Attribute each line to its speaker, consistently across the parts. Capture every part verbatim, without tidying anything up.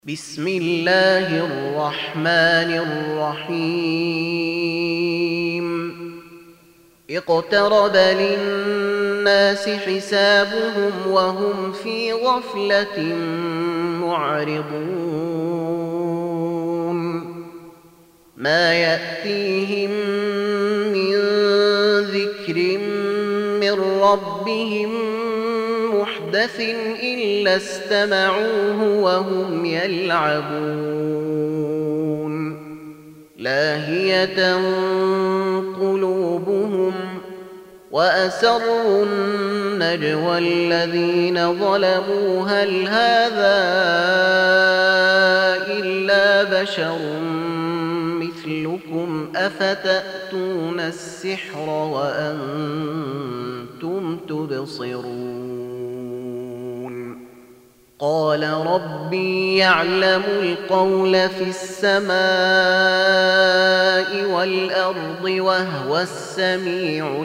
Speaker 1: بسم الله الرحمن الرحيم اقترب للناس حسابهم وهم في غفلة معرضون ما يأتيهم من ذكر من ربهم محدث إلا استمعوه وهم يلعبون لاهية قلوبهم وأسروا النجوى الذين ظلموا هل هذا إلا بشر مثلكم أفتأتون السحر وأنتم تبصرون قال ربي يعلم القول في السماء والأرض وهو السميع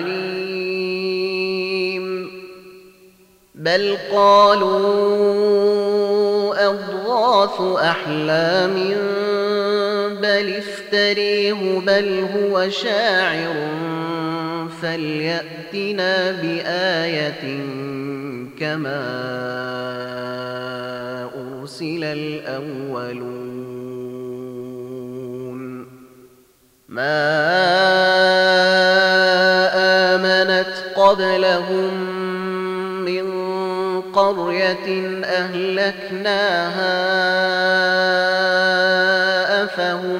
Speaker 1: العليم بل قالوا أضغاث أحلام بل افتريه بل هو شاعر فليأتنا بآية كما أرسل الأولون ما آمنت قبلهم من قرية أهلكناها أفهم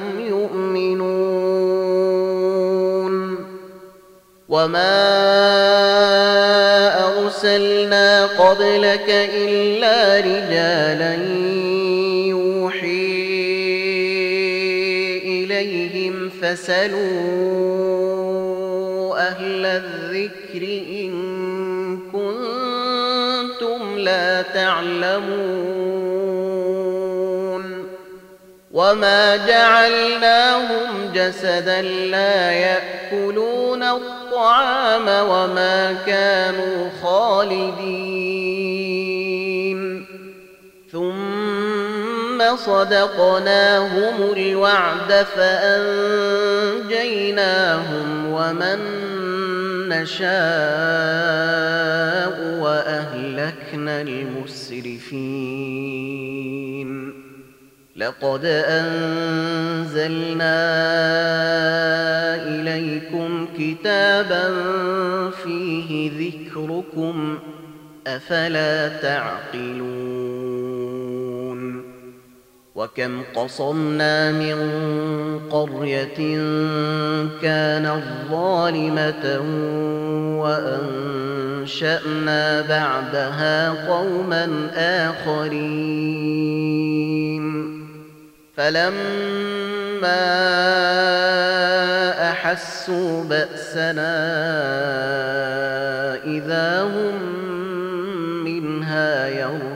Speaker 1: يؤمنون وما أرسلنا قبلك إلا رجالا يوحي إليهم فاسألوا أهل الذكر إن كنتم لا تعلمون وما جعلناهم جسدا لا يأكلون الطعام وما كانوا خالدين ثم صدقناهم الوعد فأنجيناهم ومن نشاء وأهلكنا المسرفين لقد أنزلنا إليكم كتابا فيه ذكركم أفلا تعقلون وكم قصمنا من قرية كانت ظالمة وأنشأنا بعدها قوما آخرين فلما أحسوا بأسنا إذا هم منها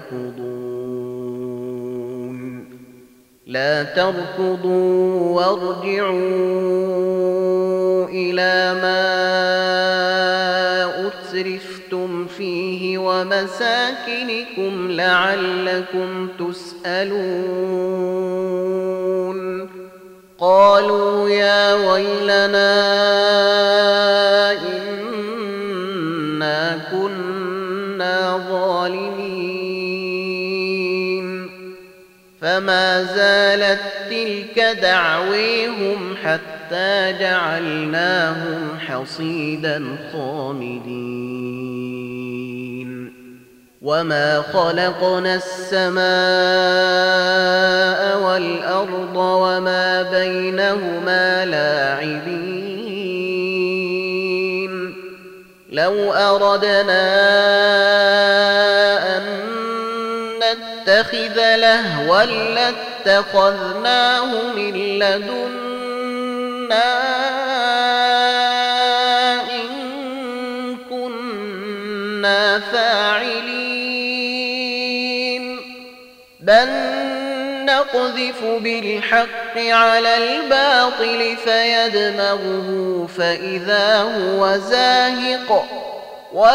Speaker 1: يركضون لا تركضوا وارجعوا إلى ما أترفتم فيه ومساكنكم لعلكم تسألون قالوا يا ويلنا إنا كنا ظالمين فما زالت تلك دعويهم حتى جعلناهم حصيدا خامدين وما خلقنا السماء والأرض وما بينهما لاعبين لو أردنا أن نتخذ لهوا لاتخذناه من لدنا إن كنا فاعلين بل نقذف بالحق على الباطل فيدمغه فإذا هو زاهق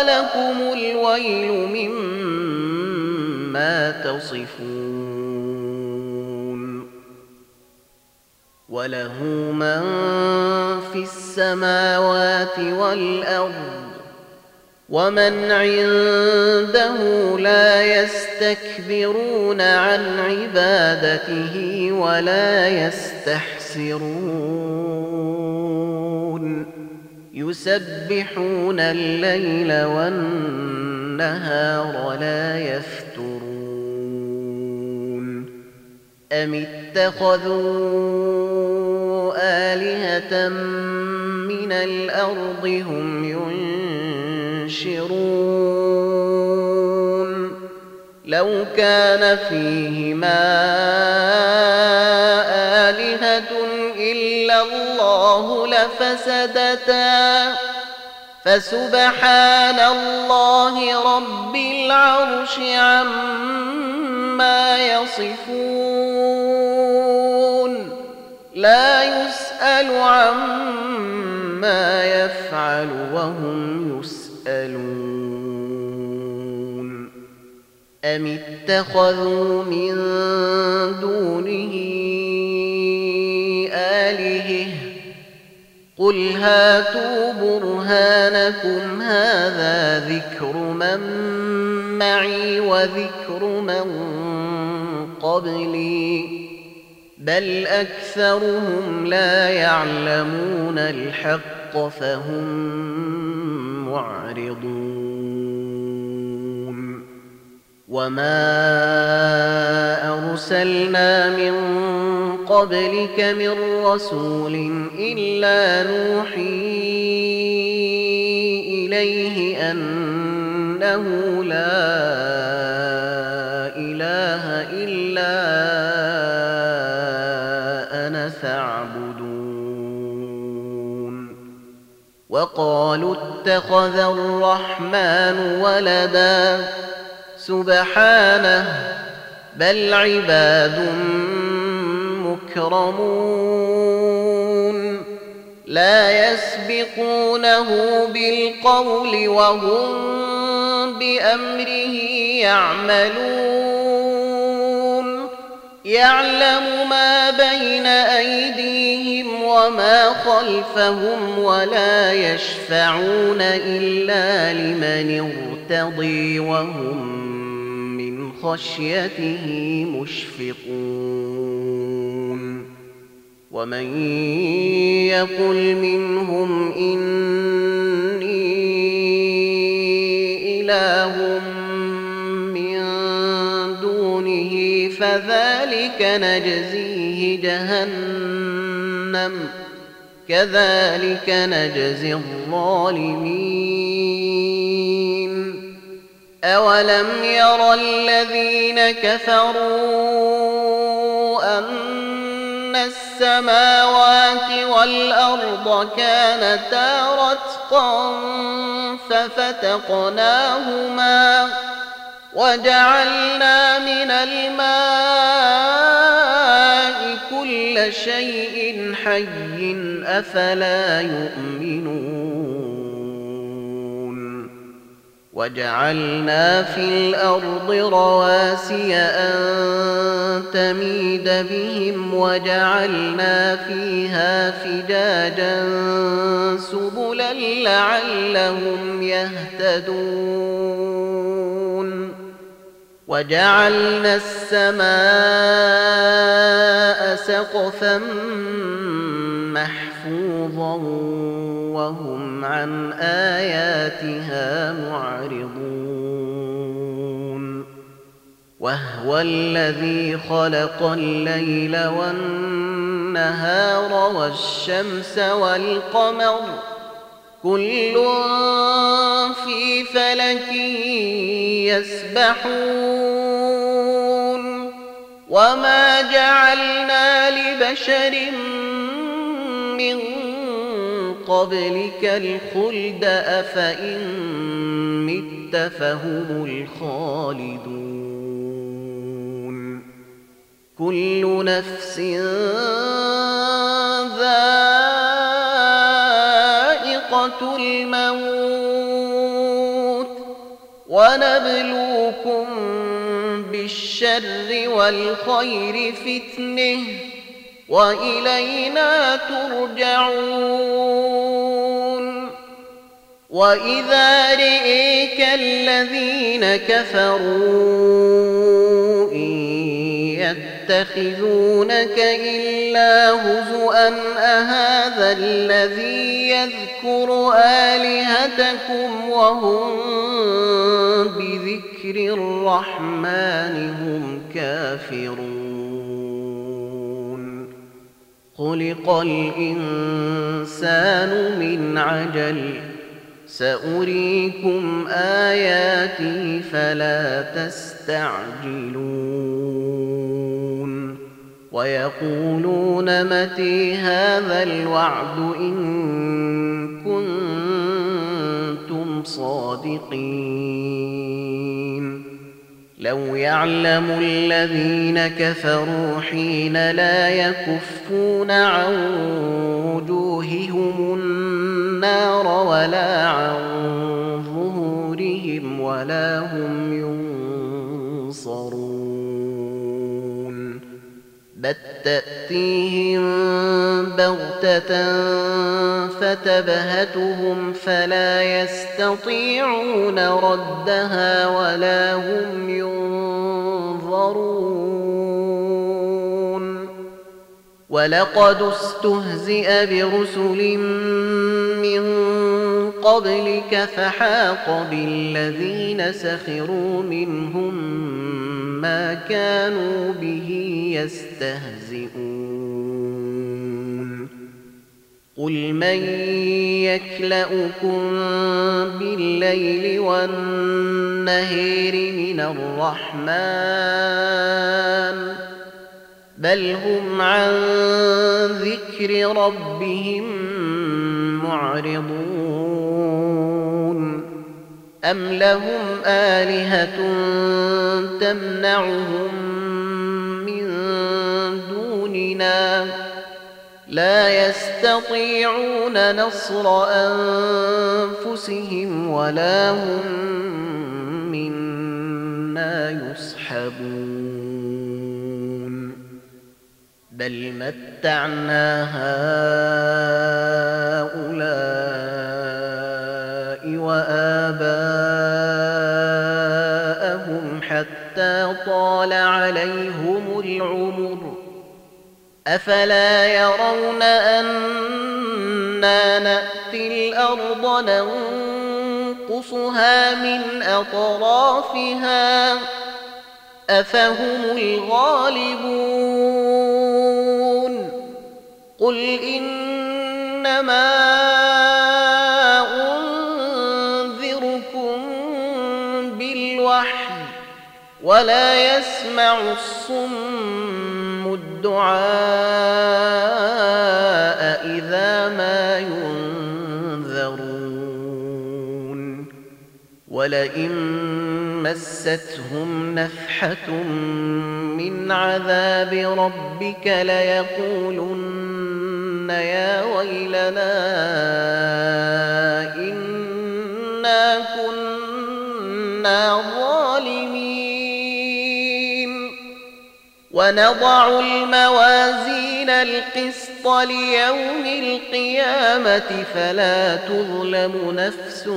Speaker 1: ولكم الويل مما تصفون وله من في السماوات والأرض ومن عنده لا يستكبرون عن عبادته ولا يستحسرون يسبحون الليل والنهار لا يفترون أم اتخذوا آلهة من الأرض هم ينشرون لو كان فيهما آلهة إلا الله لفسدتا فسبحان الله رب العرش عما يصفون لا يسأل عما يفعل وهم يسألون أم اتخذوا من دونه آلهة قل هاتوا برهانكم هذا ذكر من معي وذكر من قبلي بل أكثرهم لا يعلمون الحق فهم معرضون وما أرسلنا من قبلك من رسول إلا نوحي إليه أنه لا إله إلا أنا فاعبدون وقالوا اتخذ الرحمن ولدا سبحانه بل عباد مكرمون لا يسبقونه بالقول وهم بأمره يعملون يعلم ما بين أيديهم وما خلفهم ولا يشفعون إلا لمن ارتضي وهم من خشيته مشفقون ومن يقل منهم إني إله من دونه فذلك نجزيه جهنم كذلك نجزي الظالمين أولم ير الذين كفروا أن السماوات والأرض كانتا رتقا ففتقناهما وجعلنا من الماء كل شيء حي أفلا يؤمنون وجعلنا في الأرض رواسي أن تميد بهم وجعلنا فيها فجاجا سبلا لعلهم يهتدون وجعلنا السماء سقفا محفوظا وهم عن آياتها معرضون وهو الذي خلق الليل والنهار والشمس والقمر كل في فلك يسبحون وما جعلنا لبشر من قبلك الخلد أفإن مت فهم الخالدون كل نفس ذائقة الموت ونبلوكم بالشر والخير فتنة وإلينا ترجعون. وإذا رئيك الذين كفروا إن يتخذونك إلا هزؤا أهذا الذي يذكر آلهتكم وهم بذكر الرحمن هم كافرون. خلق الإنسان من عجل سأريكم آياتي فلا تستعجلون. ويقولون متى هذا الوعد إن كنتم صادقين. لو يعلم الذين كفروا حين لا يكفون عن وجوههم النار ولا عن ظهورهم ولا هم ينصرون. بل تأتيهم بغتة فتبهتهم فلا يستطيعون ردها ولا هم ينظرون. ولقد استهزئ برسل من قبلك فحاق بالذين سخروا منهم ما كانوا به يستهزئون. قل من يكلؤكم بالليل والنهار من الرحمن بل هم عن ذكر ربهم معرضون. أم لهم آلهة تمنعهم من دوننا لا يستطيعون نصر أنفسهم ولا هم منا يصحبون. بل متعنا هؤلاء وآباءهم حتى طال عليهم العمر أفلا يرون أنا نأتي الأرض ننقصها من أطرافها أفهم الغالبون. قل إنما أنذركم بالوحي ولا يسمع الصم الدعاء إذا ما ينذرون. ولئن مستهم نفحة من عذاب ربك ليقولن يا ويلنا إنا كنا ظالمين. ونضع الموازين القسط ليوم القيامة فلا تظلم نفس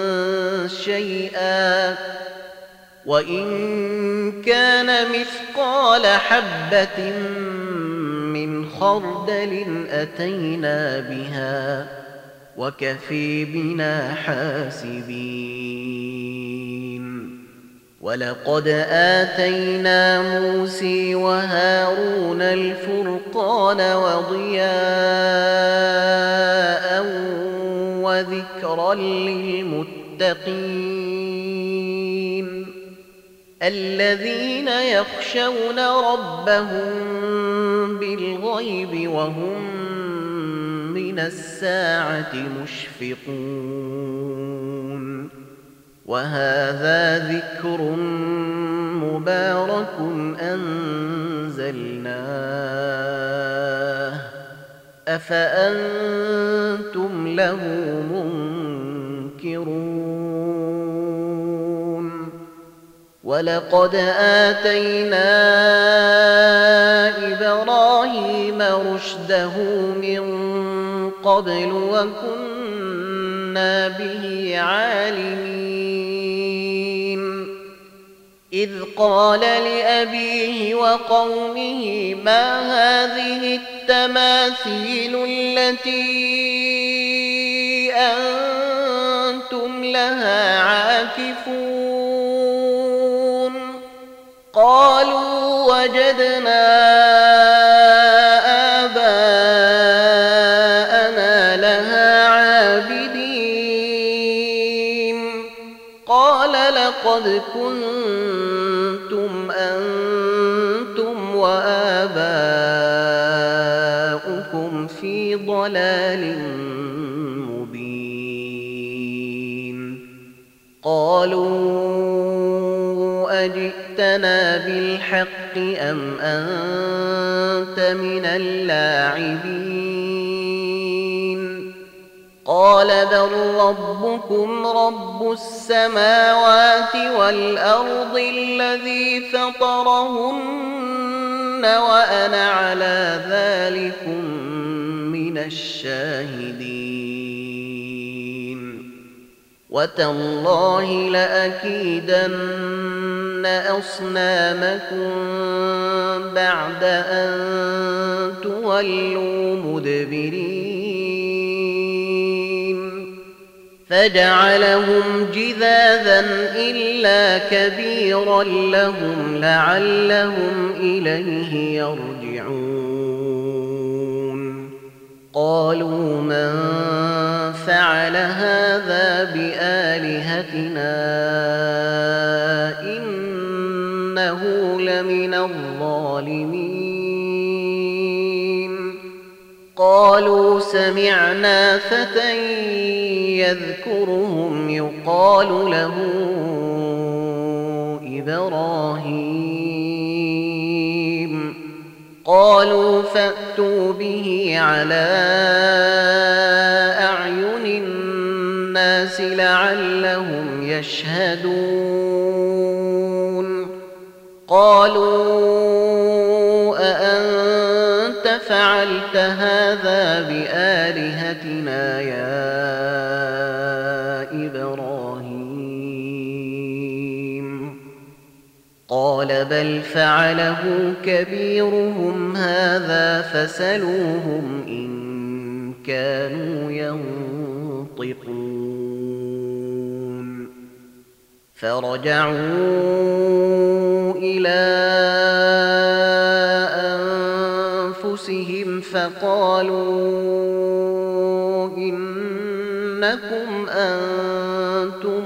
Speaker 1: شيئا وإن كان مثقال حبة من خردل أتينا بها وكفي بنا حاسبين. ولقد آتينا موسى وهارون الفرقان وضياء وذكرا للمتقين الذين يخشون ربهم بالغيب وهم من الساعة مشفقون. وهذا ذكر مبارك أنزلناه أفأنتم له منكرون. ولقد آتينا إبراهيم رشده من قبل وكنا به عالمين إذ قال لأبيه وقومه ما هذه التماثيل التي أنتم لها عاكفون قالوا وجدنا آباءنا لها عابدين قال لقد كنتم أنتم وآباؤكم في ضلال مبين قالوا أجئتنا بالحق أم أنت من اللاعبين قال بل ربكم رب السماوات والأرض الذي فطرهن وأنا على ذلكم من الشاهدين وتالله لأكيدن أصنامكم بعد أن تولوا مدبرين فجعلهم جذاذا إلا كبيرا لهم لعلهم إليه يرجعون قالوا من فعل هذا بآلهتنا إنه لمن الظالمين قالوا سمعنا فتى يذكرهم يقال له إبراهيم قالوا فأتوا به على أعين الناس لعلهم يشهدون قالوا أأنت فعلت هذا بآلهتنا يا إبراهيم قال بل فعله كبيرهم هذا فسلوهم إن كانوا ينطقون فرجعوا إلى أنفسهم فقالوا إنكم أنتم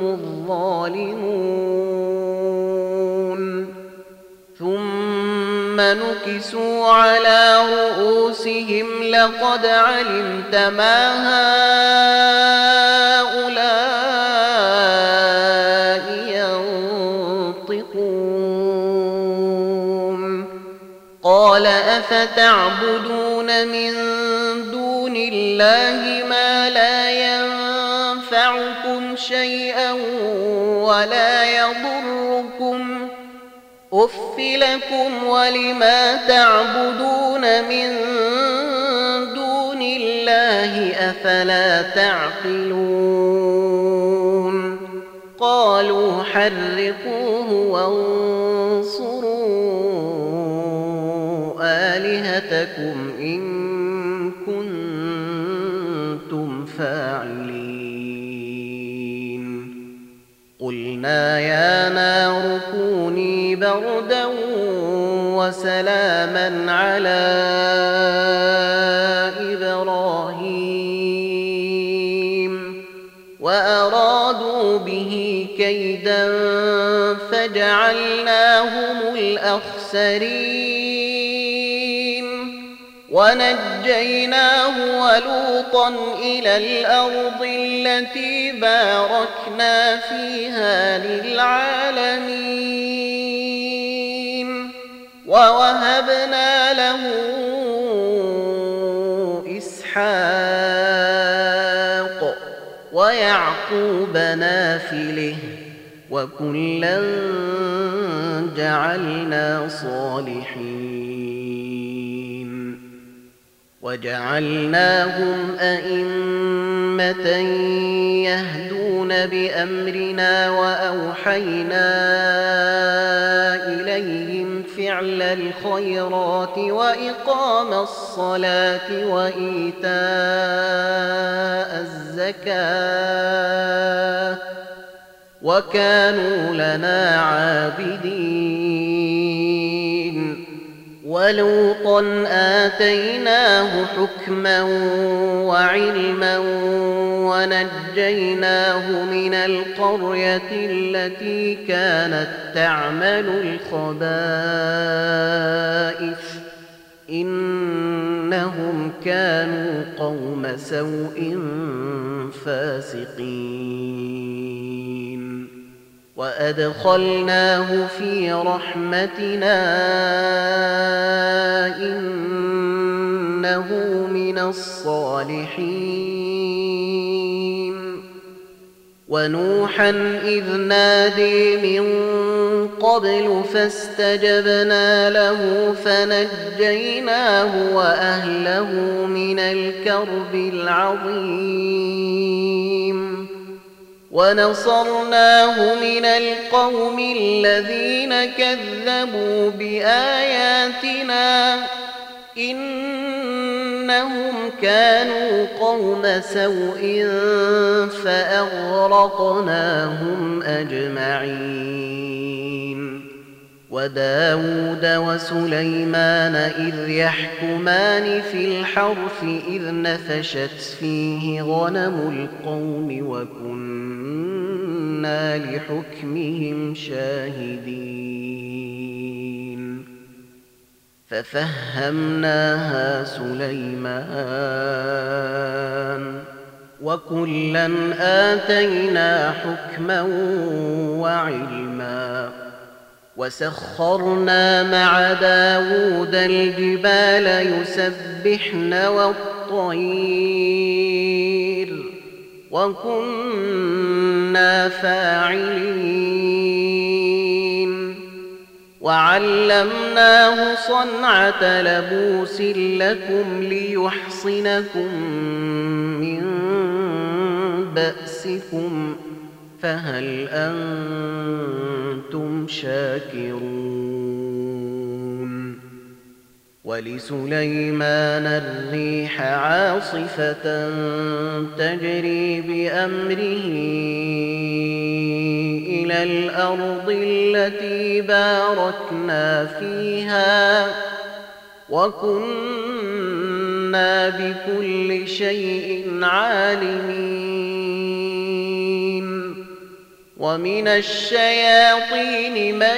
Speaker 1: الظالمون ثم نكسوا على رؤوسهم لقد علمت ما هؤلاء ينطقون قال أفتعبدون من دون الله ما لا ينفعكم شيئا ولا يضركم أف لكم ولما تعبدون من دون الله أفلا تعقلون قالوا حرقوه وانصروا آلهتكم إن كنتم فاعلين قلنا يا نار كوني بردا وسلاما على إبراهيم وأرادوا به كيدا فجعلناهم الأخسرين ونجيناه ولوطا إلى الأرض التي باركنا فيها للعالمين ووهبنا له إسحاق ويعقوب نافله وكلا جعلنا صالحين وجعلناهم أئمة يهدون بأمرنا وأوحينا إليهم فعل الخيرات وإقام الصلاة وإيتاء الزكاة وكانوا لنا عابدين. ولوطا آتيناه حكما وعلما ونجيناه من القرية التي كانت تعمل الخبائث إنهم كانوا قوم سوء فاسقين. وأدخلناه في رحمتنا إنه من الصالحين. ونوحا إذ نادي من قبل فاستجبنا له فنجيناه وأهله من الكرب العظيم ونصرناه من القوم الذين كذبوا بآياتنا إنهم كانوا قوم سوء فأغرقناهم أجمعين. وداود وسليمان إذ يحكمان في الحرث إذ نفشت فيه غنم القوم وكنا لحكمهم شاهدين. ففهمناها سليمان وكلا آتينا حكما وعلما. وسخرنا مع داود الجبال يسبحن والطير وكنا فاعلين. وعلمناه صنعة لبوس لكم ليحصنكم من بأسكم فهل أنتم شاكرون. ولسليمان الريح عاصفة تجري بأمره إلى الأرض التي باركنا فيها وكنا بكل شيء عالمين. ومن الشياطين من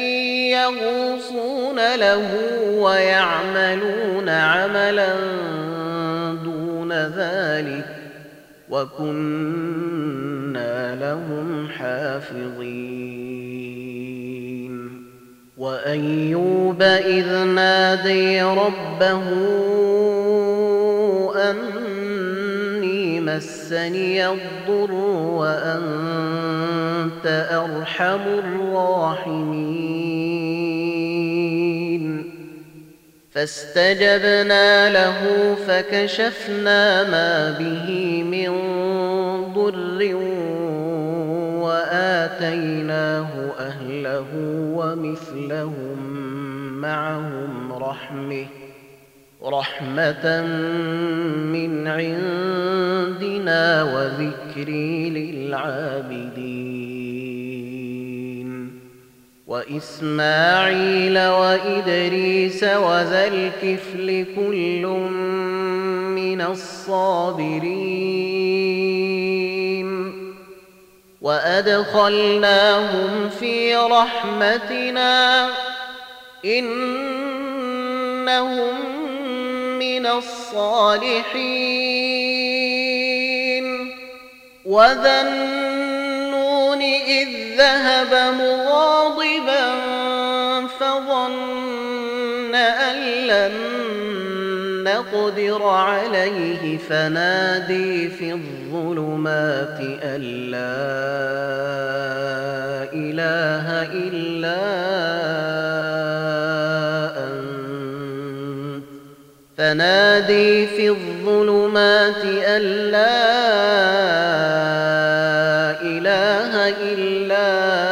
Speaker 1: يغوصون له ويعملون عملا دون ذلك وكنا لهم حافظين. وأيوب إذ نادي ربه أني مسني الضر وأنت أرحم الراحمين فاستجبنا له فكشفنا ما به من ضر وآتيناه أهله ومثلهم معهم رحمة رحمة من عندنا وذكر للعابدين. وإسماعيل وإدريس وذا الكفل كل من الصابرين وأدخلناهم في رحمتنا إنهم من الصالحين. وذا النون إذ ذهب مغاضبا فظن أن لن نقدر عليه فنادي في الظلمات أن لا إله إلا فنادي في الظلمات أن لا إله إلا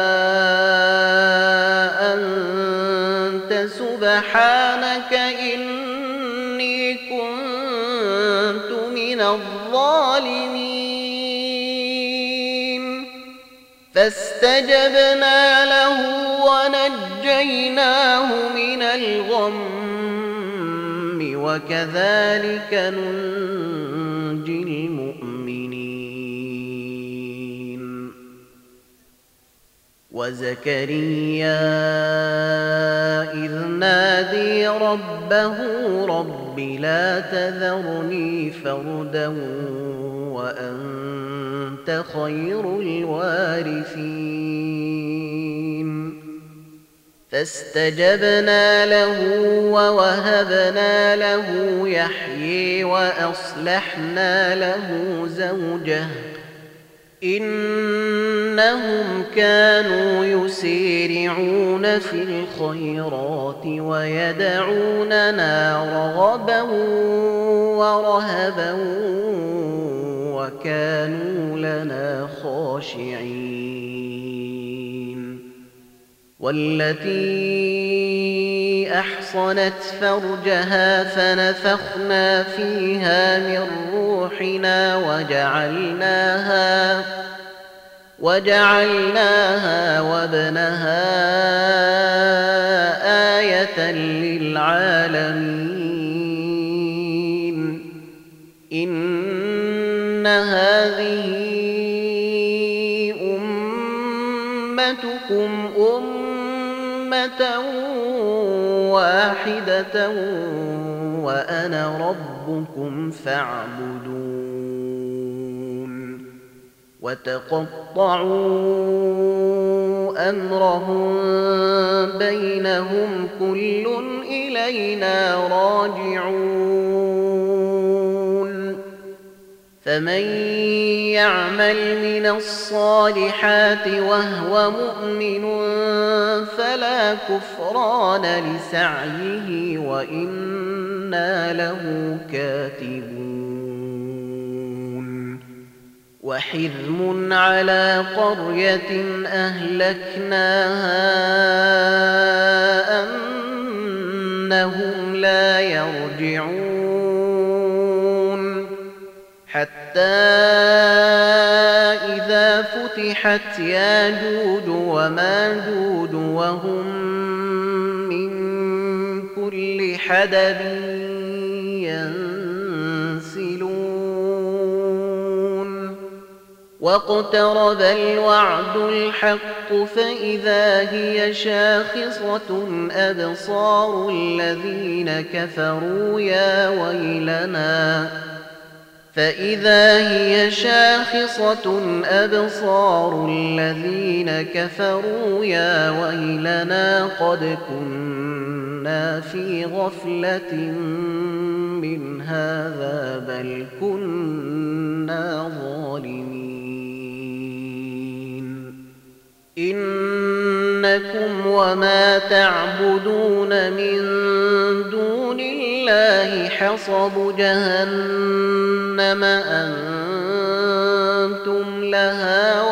Speaker 1: أنت سبحانك إني كنت من الظالمين فاستجبنا له ونجيناه من الغم وكذلك ننجي المؤمنين وزكريا إذ نادي ربه رب لا تذرني فردا وأنت خير الوارثين فاستجبنا له ووهبنا له يحيي وأصلحنا له زوجه إنهم كانوا يسارعون في الخيرات ويدعوننا رغبا ورهبا وكانوا لنا خاشعين والتي أحصنت فرجها فنفخنا فيها من روحنا وجعلناها وجعلناها وابنها آية للعالمين إن هذه أمتكم أمة واحدة وأنا ربكم فاعبدون وتقطعوا أمرهم بينهم كل إلينا راجعون فمن يعمل من الصالحات وهو مؤمن فلا كفران لسعيه وإنا له كاتبون وحرم على قرية أهلكناها أنهم لا يرجعون حتى إذا فتحت ياجوج وماجوج وهم من كل حدب ينسلون واقترب الوعد الحق فإذا هي شاخصة أبصار الذين كفروا يا ويلنا فإذا هي شاخصة أبصار الذين كفروا يا ويلنا قد كنا في غفلة من هذا بل كنا ظالمين إنكم وما تعبدون من دون الله حصب جهنم أنتم لها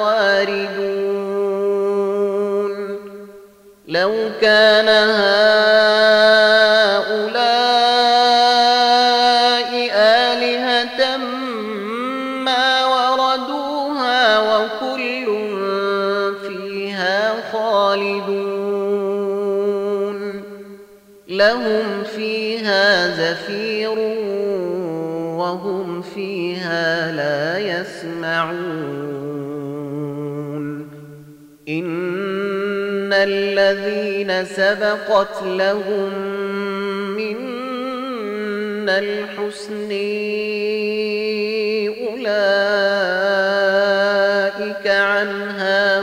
Speaker 1: واردون لو كان هؤلاء آلهة ما وردوها وكل فيها خالدون لهم فيها زفير وهم فيها لا يسمعون إن الذين سبقت لهم منا الحسن أولئك عنها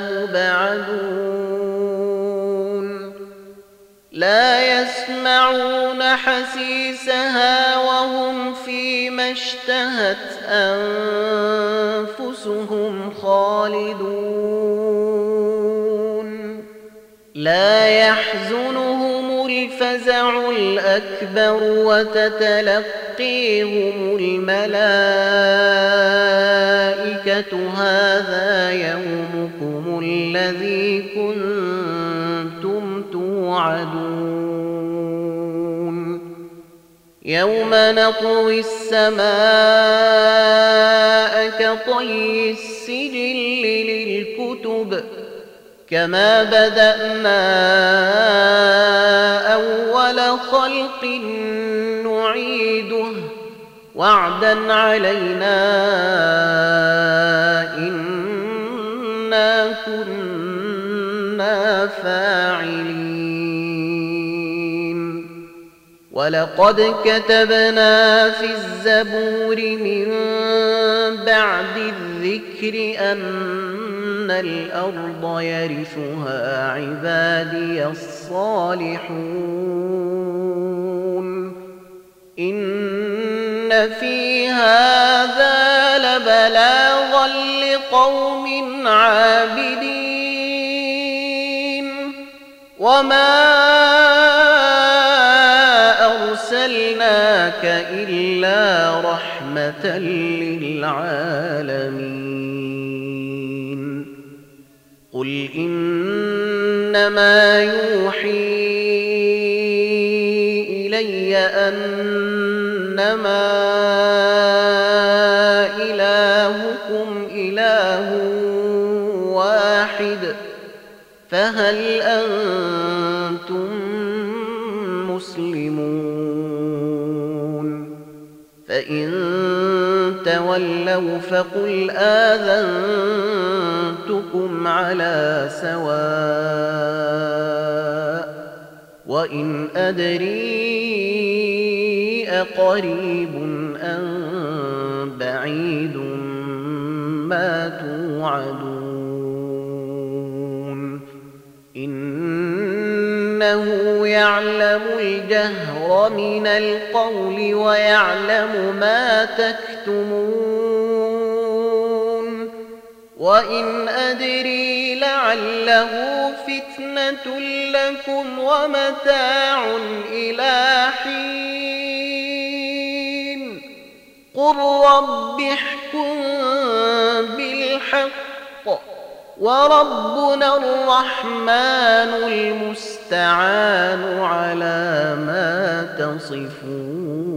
Speaker 1: مبعدون لا يسمعون حسيسها وهم فيما اشتهت أنفسهم خالدون لا يحزنهم الفزع الفزع الأكبر وتتلقيهم الملائكة هذا يومكم الذي كنتم توعدون يوم نطوي السماء كطي السجل للكتب كما بدأنا أول خلق نعيده وعدا علينا إنا كنا فاعلين ولقد كتبنا في الزبور من بعد الذكر أن الأرض يرثها عبادي الصالحون إن في هذا لبلاغا لقوم عابدين وما أرسلناك إلا رحمة للعالمين قل إنما يوحي إلي أنما إلهكم إله واحد فهل أنتم مسلمون فإن تولوا فقل آذنتكم على سواء وإن أدري أقريب أم بعيد ما توعدون إنه يعلم الجهر من القول ويعلم ما تكتمون وإن أدري لعله فتنة لكم ومتاع إلى حين قل رب احكم بالحق وربنا الرحمن المستعان على ما تصفون.